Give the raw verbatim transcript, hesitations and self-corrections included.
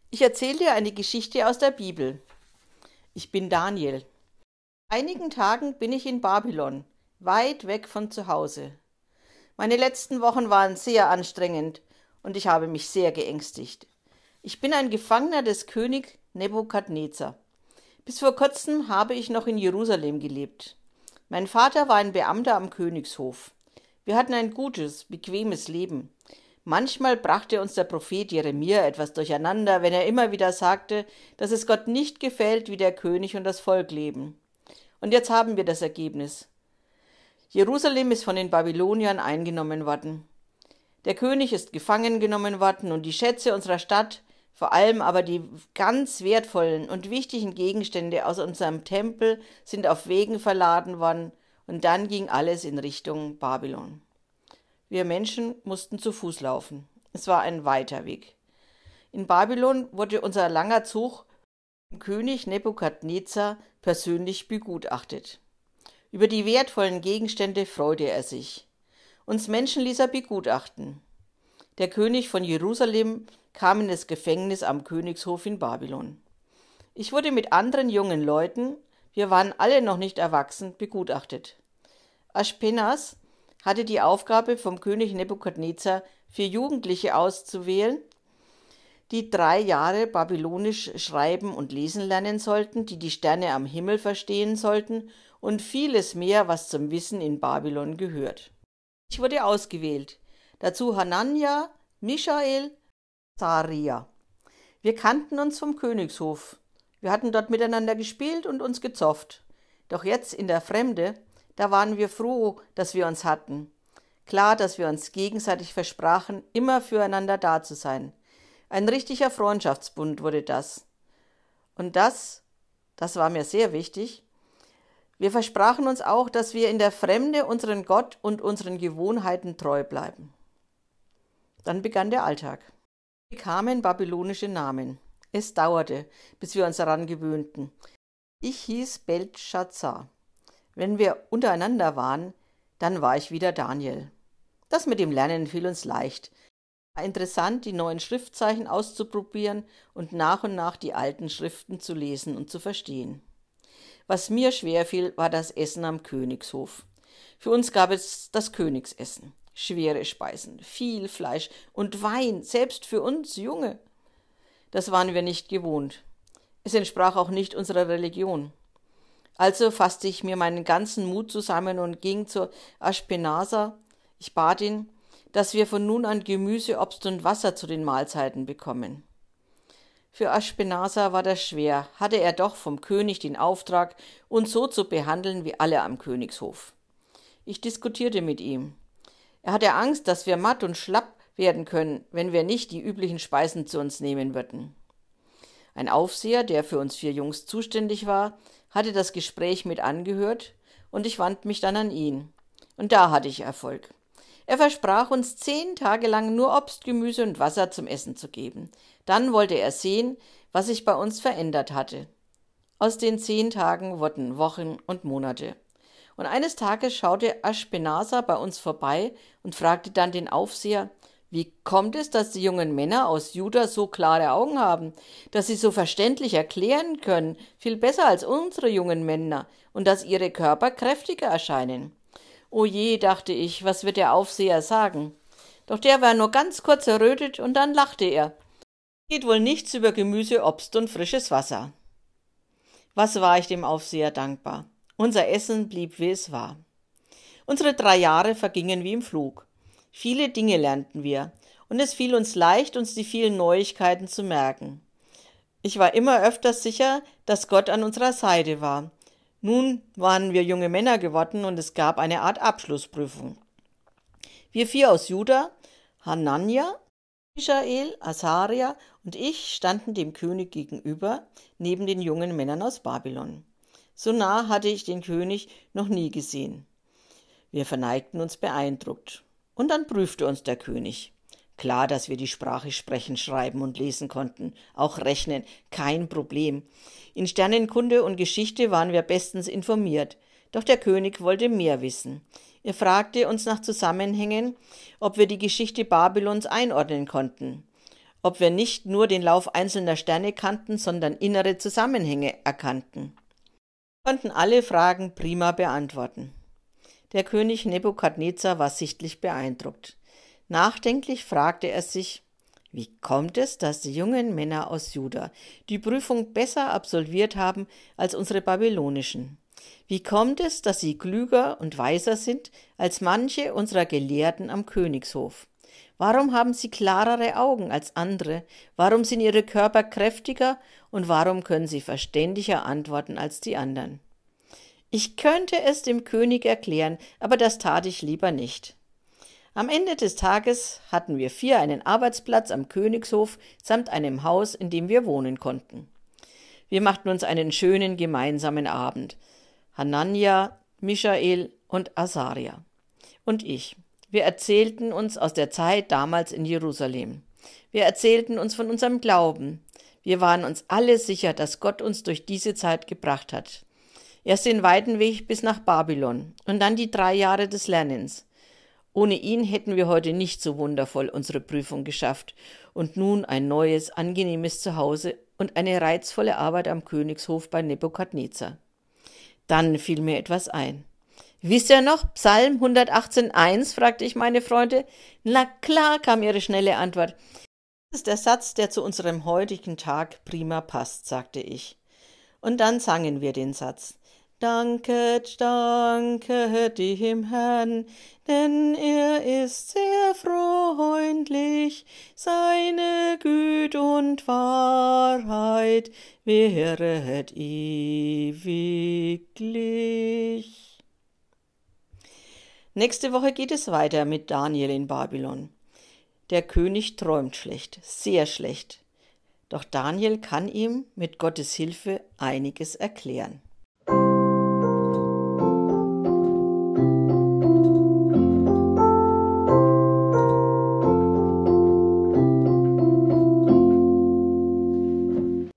Ich erzähle dir eine Geschichte aus der Bibel. Ich bin Daniel. Vor einigen Tagen bin ich in Babylon, weit weg von zu Hause. Meine letzten Wochen waren sehr anstrengend und ich habe mich sehr geängstigt. Ich bin ein Gefangener des Königs Nebukadnezar. Bis vor kurzem habe ich noch in Jerusalem gelebt. Mein Vater war ein Beamter am Königshof. Wir hatten ein gutes, bequemes Leben. Manchmal brachte uns der Prophet Jeremia etwas durcheinander, wenn er immer wieder sagte, dass es Gott nicht gefällt, wie der König und das Volk leben. Und jetzt haben wir das Ergebnis. Jerusalem ist von den Babyloniern eingenommen worden. Der König ist gefangen genommen worden und die Schätze unserer Stadt, vor allem aber die ganz wertvollen und wichtigen Gegenstände aus unserem Tempel, sind auf Wegen verladen worden und dann ging alles in Richtung Babylon. Wir Menschen mussten zu Fuß laufen. Es war ein weiter Weg. In Babylon wurde unser langer Zug vom König Nebukadnezar persönlich begutachtet. Über die wertvollen Gegenstände freute er sich. Uns Menschen ließ er begutachten. Der König von Jerusalem kam in das Gefängnis am Königshof in Babylon. Ich wurde mit anderen jungen Leuten, wir waren alle noch nicht erwachsen, begutachtet. Aschpenas hatte die Aufgabe, vom König Nebukadnezar vier Jugendliche auszuwählen, die drei Jahre Babylonisch schreiben und lesen lernen sollten, die die Sterne am Himmel verstehen sollten und vieles mehr, was zum Wissen in Babylon gehört. Ich wurde ausgewählt, dazu Hanania, Michael, Azaria. Wir kannten uns vom Königshof. Wir hatten dort miteinander gespielt und uns gezofft. Doch jetzt in der Fremde, da waren wir froh, dass wir uns hatten. Klar, dass wir uns gegenseitig versprachen, immer füreinander da zu sein. Ein richtiger Freundschaftsbund wurde das. Und das, das war mir sehr wichtig. Wir versprachen uns auch, dass wir in der Fremde unseren Gott und unseren Gewohnheiten treu bleiben. Dann begann der Alltag. Wir bekamen babylonische Namen. Es dauerte, bis wir uns daran gewöhnten. Ich hieß Beltschazar. Wenn wir untereinander waren, dann war ich wieder Daniel. Das mit dem Lernen fiel uns leicht. Es war interessant, die neuen Schriftzeichen auszuprobieren und nach und nach die alten Schriften zu lesen und zu verstehen. Was mir schwer fiel, war das Essen am Königshof. Für uns gab es das Königsessen. Schwere Speisen, viel Fleisch und Wein, selbst für uns Junge. Das waren wir nicht gewohnt. Es entsprach auch nicht unserer Religion. Also fasste ich mir meinen ganzen Mut zusammen und ging zu Aschpenasa. Ich bat ihn, dass wir von nun an Gemüse, Obst und Wasser zu den Mahlzeiten bekommen. Für Aschpenasa war das schwer, hatte er doch vom König den Auftrag, uns so zu behandeln wie alle am Königshof. Ich diskutierte mit ihm. Er hatte Angst, dass wir matt und schlapp werden können, wenn wir nicht die üblichen Speisen zu uns nehmen würden. Ein Aufseher, der für uns vier Jungs zuständig war, hatte das Gespräch mit angehört und ich wandte mich dann an ihn. Und da hatte ich Erfolg. Er versprach uns zehn Tage lang nur Obst, Gemüse und Wasser zum Essen zu geben. Dann wollte er sehen, was sich bei uns verändert hatte. Aus den zehn Tagen wurden Wochen und Monate. Und eines Tages schaute Aschpenasa bei uns vorbei und fragte dann den Aufseher, wie kommt es, dass die jungen Männer aus Juda so klare Augen haben, dass sie so verständlich erklären können, viel besser als unsere jungen Männer, und dass ihre Körper kräftiger erscheinen? O je, dachte ich, was wird der Aufseher sagen? Doch der war nur ganz kurz errötet und dann lachte er. Geht wohl nichts über Gemüse, Obst und frisches Wasser. Was war ich dem Aufseher dankbar. Unser Essen blieb, wie es war. Unsere drei Jahre vergingen wie im Flug. Viele Dinge lernten wir, und es fiel uns leicht, uns die vielen Neuigkeiten zu merken. Ich war immer öfters sicher, dass Gott an unserer Seite war. Nun waren wir junge Männer geworden und es gab eine Art Abschlussprüfung. Wir vier aus Juda, Hanania, Michael, Azaria und ich standen dem König gegenüber, neben den jungen Männern aus Babylon. So nah hatte ich den König noch nie gesehen. Wir verneigten uns beeindruckt. Und dann prüfte uns der König. Klar, dass wir die Sprache sprechen, schreiben und lesen konnten, auch rechnen, kein Problem. In Sternenkunde und Geschichte waren wir bestens informiert. Doch der König wollte mehr wissen. Er fragte uns nach Zusammenhängen, ob wir die Geschichte Babylons einordnen konnten. ob wir nicht nur den Lauf einzelner Sterne kannten, sondern innere Zusammenhänge erkannten. Wir konnten alle Fragen prima beantworten. Der König Nebukadnezar war sichtlich beeindruckt. Nachdenklich fragte er sich, wie kommt es, dass die jungen Männer aus Juda die Prüfung besser absolviert haben als unsere babylonischen? Wie kommt es, dass sie klüger und weiser sind als manche unserer Gelehrten am Königshof? Warum haben sie klarere Augen als andere? Warum sind ihre Körper kräftiger und warum können sie verständiger antworten als die anderen? Ich könnte es dem König erklären, aber das tat ich lieber nicht. Am Ende des Tages hatten wir vier einen Arbeitsplatz am Königshof samt einem Haus, in dem wir wohnen konnten. Wir machten uns einen schönen gemeinsamen Abend. Hanania, Michael und Asaria und ich. Wir erzählten uns aus der Zeit damals in Jerusalem. Wir erzählten uns von unserem Glauben. Wir waren uns alle sicher, dass Gott uns durch diese Zeit gebracht hat. Erst den weiten Weg bis nach Babylon und dann die drei Jahre des Lernens. Ohne ihn hätten wir heute nicht so wundervoll unsere Prüfung geschafft und nun ein neues, angenehmes Zuhause und eine reizvolle Arbeit am Königshof bei Nebukadnezar. Dann fiel mir etwas ein. »Wisst ihr noch, Psalm hundertachtzehn eins?« fragte ich meine Freunde. »Na klar«, kam ihre schnelle Antwort. »Das ist der Satz, der zu unserem heutigen Tag prima passt«, sagte ich. Und dann sangen wir den Satz. »Danket, danket dem Herrn, denn er ist sehr freundlich, seine Güt und Wahrheit wäret ewiglich.« Nächste Woche geht es weiter mit Daniel in Babylon. Der König träumt schlecht, sehr schlecht. Doch Daniel kann ihm mit Gottes Hilfe einiges erklären.